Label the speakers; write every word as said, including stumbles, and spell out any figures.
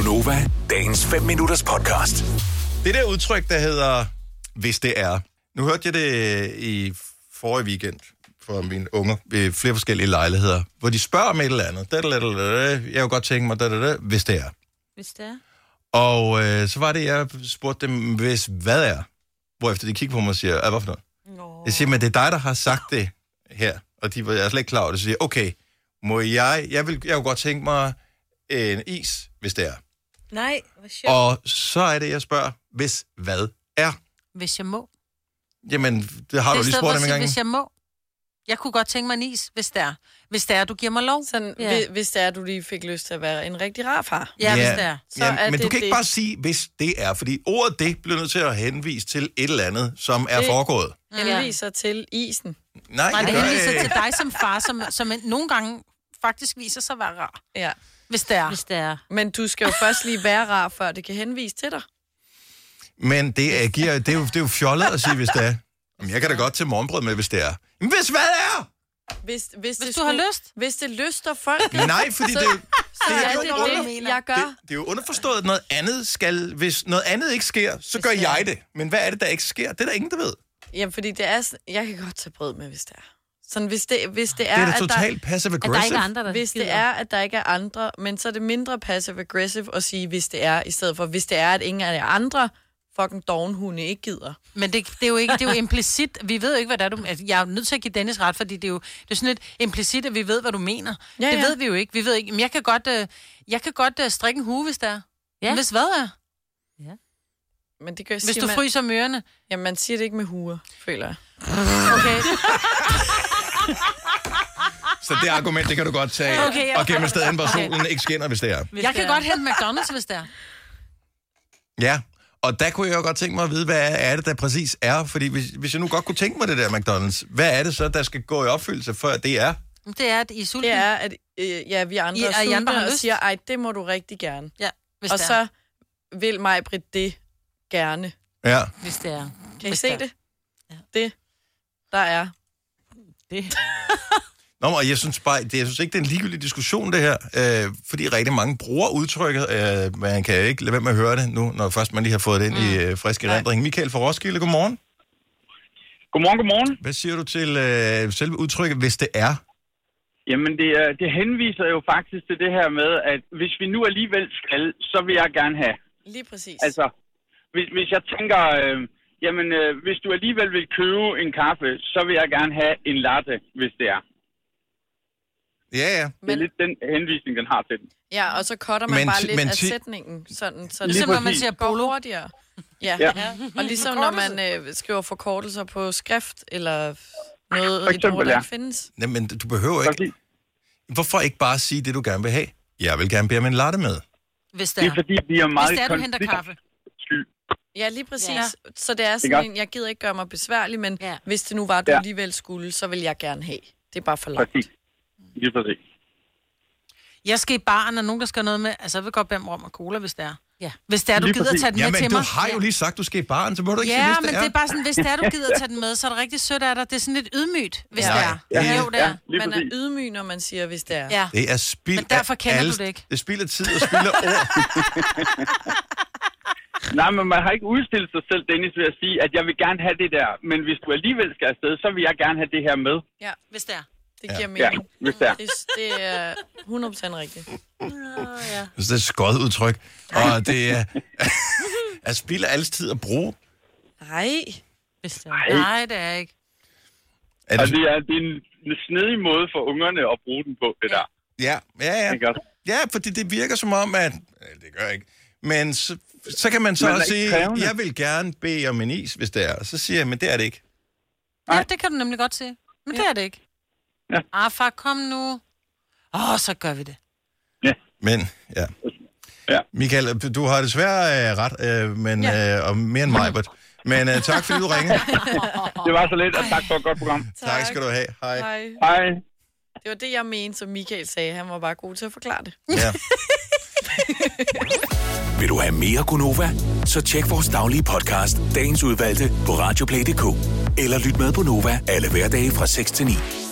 Speaker 1: Gonova, dagens fem minutters podcast.
Speaker 2: Det der udtryk, der hedder, hvis det er. Nu hørte jeg det i forrige weekend for mine unger ved flere forskellige lejligheder, hvor de spørger om et eller andet. Jeg kunne godt tænke mig, hvis det er.
Speaker 3: Hvis det er.
Speaker 2: Og øh, så var det, jeg spurgte dem, hvis hvad er. Hvorefter de kigger på mig og siger, hvad for noget? Nå. Jeg siger, men det er dig, der har sagt det her. Og de var jeg er slet ikke klar over det. Så siger jeg, okay, må jeg, jeg vil, jeg kunne godt tænke mig en is, hvis det er.
Speaker 3: Nej, hvor sjovt.
Speaker 2: Og så er det, jeg spørger, hvis hvad er?
Speaker 3: Hvis jeg må.
Speaker 2: Jamen, det har
Speaker 3: det
Speaker 2: du lige spurgt dem en gang.
Speaker 3: Hvis jeg må. Jeg kunne godt tænke mig en is, hvis det er. Hvis det er, du giver mig lov.
Speaker 4: Sådan, ja. Hvis det er, du lige fik lyst til at være en rigtig rar far.
Speaker 3: Ja, ja. Hvis det er.
Speaker 4: Så
Speaker 2: ja,
Speaker 4: er
Speaker 2: men
Speaker 4: det
Speaker 2: du kan ikke
Speaker 4: det.
Speaker 2: bare sige, hvis det er, fordi ordet det bliver nødt til at henvise til et eller andet, som er
Speaker 4: det
Speaker 2: foregået.
Speaker 4: henviser til isen.
Speaker 2: Nej,
Speaker 3: Nej det
Speaker 2: gør,
Speaker 3: henviser
Speaker 2: øh...
Speaker 3: til dig som far, som, som nogle gange faktisk viser sig at være rar.
Speaker 4: Ja.
Speaker 3: Hvis det er.
Speaker 5: Hvis det er.
Speaker 4: Men du skal jo først lige være rar, før det kan henvise til dig.
Speaker 2: Men det er, giver, det, er jo, det er jo fjollet at sige, hvis det er. Jamen, jeg kan da godt til morgenbrød med, hvis det er. Men hvis hvad er?
Speaker 4: Hvis, hvis,
Speaker 3: hvis
Speaker 4: det
Speaker 3: du
Speaker 4: skulle,
Speaker 3: har lyst.
Speaker 4: Hvis det lyster folk.
Speaker 2: Nej, fordi
Speaker 4: så,
Speaker 2: det, det,
Speaker 4: så
Speaker 2: det,
Speaker 4: er
Speaker 2: det,
Speaker 4: det
Speaker 2: det,
Speaker 4: det,
Speaker 2: det,
Speaker 4: jeg gør.
Speaker 2: det, det er jo underforstået, at noget andet skal... Hvis noget andet ikke sker, så
Speaker 4: hvis
Speaker 2: gør jeg det. Men hvad er det, der ikke sker? Det er der ingen, der ved.
Speaker 4: Jamen, fordi det er... Jeg kan godt tage brød med, hvis det er. Sådan, hvis det, hvis det er...
Speaker 2: Det er da
Speaker 4: at
Speaker 2: totalt passive-aggressive.
Speaker 5: At der ikke er andre, der
Speaker 4: Hvis
Speaker 5: gider.
Speaker 4: det er, at der ikke er andre, men så er det mindre passive-aggressive at sige, hvis det er, i stedet for, hvis det er, at ingen af de andre fucking dovenhunde ikke gider.
Speaker 3: Men det, det er jo ikke, det er jo implicit. Vi ved jo ikke, hvad det er, du... Altså, jeg er nødt til at give Dennis ret, fordi det er jo det er sådan lidt implicit, at vi ved, hvad du mener.
Speaker 4: Ja,
Speaker 3: det
Speaker 4: ja.
Speaker 3: ved vi jo ikke. Vi ved ikke. Men jeg kan godt, øh, jeg kan godt øh, strikke en hue, hvis der er.
Speaker 5: Ja.
Speaker 3: Hvis hvad er?
Speaker 5: Ja.
Speaker 4: Men det gør,
Speaker 3: Hvis
Speaker 4: siger
Speaker 3: du
Speaker 4: man,
Speaker 3: fryser om ørerne.
Speaker 4: Jamen, man siger det ikke med huer, føler jeg.
Speaker 3: Okay.
Speaker 2: Så det argument, det kan du godt tage
Speaker 3: Okay, ja.
Speaker 2: og gemme et sted hen, hvor solen ikke skinner, hvis det er.
Speaker 3: Hvis jeg kan godt hente McDonald's, hvis det er.
Speaker 2: Ja, og der kunne jeg jo godt tænke mig at vide, hvad er det, der præcis er? Fordi hvis, hvis jeg nu godt kunne tænke mig det der McDonald's, hvad er det så, der skal gå i opfyldelse, før det er?
Speaker 3: Det er, at I er sultne.
Speaker 4: Det er, at øh, ja, vi andre
Speaker 3: I-
Speaker 4: er
Speaker 3: og I
Speaker 4: sultne
Speaker 3: andre har
Speaker 4: og
Speaker 3: lyst.
Speaker 4: siger, ej, det må du rigtig gerne.
Speaker 3: Ja, hvis
Speaker 4: Og
Speaker 3: det
Speaker 4: så
Speaker 3: er.
Speaker 4: vil Maj-Brit det gerne.
Speaker 2: Ja.
Speaker 3: Hvis det er.
Speaker 4: Kan I
Speaker 3: Hvis
Speaker 4: se
Speaker 3: det er.
Speaker 4: det? Det, der er.
Speaker 3: Det.
Speaker 2: Nå, og jeg synes bare, det, jeg synes ikke, det er en ligegyldig diskussion, det her. Øh, fordi rigtig mange bruger udtrykket. Øh, man kan ikke lade være med at høre det nu, når først man lige har fået det ind mm. i øh, frisk erindring. Michael fra Roskilde, godmorgen.
Speaker 6: Godmorgen, godmorgen.
Speaker 2: Hvad siger du til øh, selve udtrykket, hvis det er?
Speaker 6: Jamen, det, er- det henviser jo faktisk til det her med, at hvis vi nu alligevel skal, så vil jeg gerne have.
Speaker 4: Lige præcis.
Speaker 6: Altså, hvis, hvis jeg tænker, øh, jamen, øh, hvis du alligevel vil købe en kaffe, så vil jeg gerne have en latte, hvis det er.
Speaker 2: Ja, ja.
Speaker 6: Det er lidt den henvisning, den har til den.
Speaker 4: Ja, og så cutter man
Speaker 2: Men
Speaker 4: bare
Speaker 2: ti-
Speaker 4: lidt
Speaker 2: men
Speaker 4: af
Speaker 2: ti-
Speaker 4: sætningen, sådan, så
Speaker 3: Ligesom
Speaker 4: det
Speaker 3: når man siger
Speaker 4: går
Speaker 3: bolo.
Speaker 4: hurtigere. Ja.
Speaker 6: Ja.
Speaker 4: ja. Og ligesom når man øh, skriver forkortelser på skrift, eller noget,
Speaker 6: For
Speaker 4: et ord,
Speaker 6: eksempel,
Speaker 4: der
Speaker 6: ja.
Speaker 4: ikke findes.
Speaker 2: Nej, men du behøver ikke...
Speaker 6: Præcis.
Speaker 2: Hvorfor ikke bare sige det, du gerne vil have? Jeg vil gerne bede om en latte med.
Speaker 3: Hvis det
Speaker 6: Det
Speaker 3: er.
Speaker 6: er fordi, vi er meget...
Speaker 3: Hvis det er, du henter
Speaker 6: konflikt-
Speaker 3: kaffe.
Speaker 6: Skyld.
Speaker 4: Ja, lige præcis.
Speaker 3: Ja.
Speaker 4: Ja. Så det er
Speaker 6: Ikke
Speaker 4: sådan
Speaker 6: også?
Speaker 4: en, jeg gider ikke gøre mig besværlig, men
Speaker 5: Ja.
Speaker 4: ja. hvis det nu var, du
Speaker 6: Ja.
Speaker 4: alligevel skulle, så vil jeg gerne have. Det er bare for langt.
Speaker 6: Præcis. Lige præcis.
Speaker 3: Jeg skal i baren, og nogen, der skal noget med... Altså, jeg vil godt bede om rom og cola, hvis det er.
Speaker 5: Ja.
Speaker 3: Hvis det er, du
Speaker 6: Lige
Speaker 3: gider at
Speaker 6: præcis.
Speaker 3: tage den med
Speaker 2: Jamen,
Speaker 3: til
Speaker 2: du
Speaker 3: mig.
Speaker 2: har jo lige sagt, du skal i baren, så må du ikke
Speaker 3: Ja,
Speaker 2: sige, hvis
Speaker 3: men
Speaker 2: det er.
Speaker 3: det er bare sådan, hvis det er, du gider at tage den med, så er det rigtig sødt af dig. Det er sådan lidt ydmygt, hvis
Speaker 4: Ja.
Speaker 3: det er.
Speaker 2: Ja.
Speaker 3: Jo, det
Speaker 6: Ja,
Speaker 3: er.
Speaker 6: lige
Speaker 4: Man er
Speaker 6: præcis.
Speaker 4: ydmyg, når man siger, hvis det er.
Speaker 3: Ja.
Speaker 2: Det er spild
Speaker 3: Men derfor
Speaker 2: af
Speaker 3: kender
Speaker 2: alle...
Speaker 3: du det ikke.
Speaker 2: Det er spild af tid og spild af ord.
Speaker 6: Nej, men man har ikke udstillet sig selv, Dennis, ved at sige, at jeg vil gerne have det der, men hvis du alligevel skal afsted, så vil jeg gerne have det her med.
Speaker 4: Ja,
Speaker 3: Hvis det er.
Speaker 4: det
Speaker 2: Ja.
Speaker 4: giver
Speaker 6: Ja,
Speaker 4: mening.
Speaker 6: hvis det er.
Speaker 4: Det, det er hundrede procent rigtigt.
Speaker 2: Så det er et skødt udtryk. Og det er, er spild af alles tid at bruge.
Speaker 4: Nej.
Speaker 3: Hvis det er. Nej, det er ikke.
Speaker 2: Er
Speaker 6: Altså,
Speaker 2: det,
Speaker 6: det er, det er en snedig måde for ungerne at bruge den på, det der.
Speaker 2: ja, ja, ja.
Speaker 6: Ikke også?
Speaker 2: Ja, fordi det virker som om, at... Ja, det gør jeg ikke. Men så, så kan man så
Speaker 6: Man er
Speaker 2: også
Speaker 6: ikke
Speaker 2: sige,
Speaker 6: krævende.
Speaker 2: jeg vil gerne bede om en is, hvis det er. Så siger jeg, men det er det ikke.
Speaker 3: Ja, det kan du nemlig godt se. Men det er det ikke.
Speaker 6: Ja.
Speaker 3: Ah, far, kom nu. Åh, oh, så gør vi det.
Speaker 6: Ja.
Speaker 2: Men, ja.
Speaker 6: Ja.
Speaker 2: Michael, du har desværre øh, ret, øh, men, ja. øh, og mere end mig, but. Men øh, tak, fordi du ringede.
Speaker 6: Det var så lidt, og tak for et godt program.
Speaker 2: Tak, tak skal du have. Hej.
Speaker 4: Hej.
Speaker 6: Hej.
Speaker 4: Det var det, jeg mente, som Michael sagde. Han var bare god til at forklare det.
Speaker 2: Ja.
Speaker 1: Vil du have mere Gonova? Så tjek vores daglige podcast, dagens udvalgte, på radioplay punktum d k. Eller lyt med på Nova alle hverdage fra seks til ni.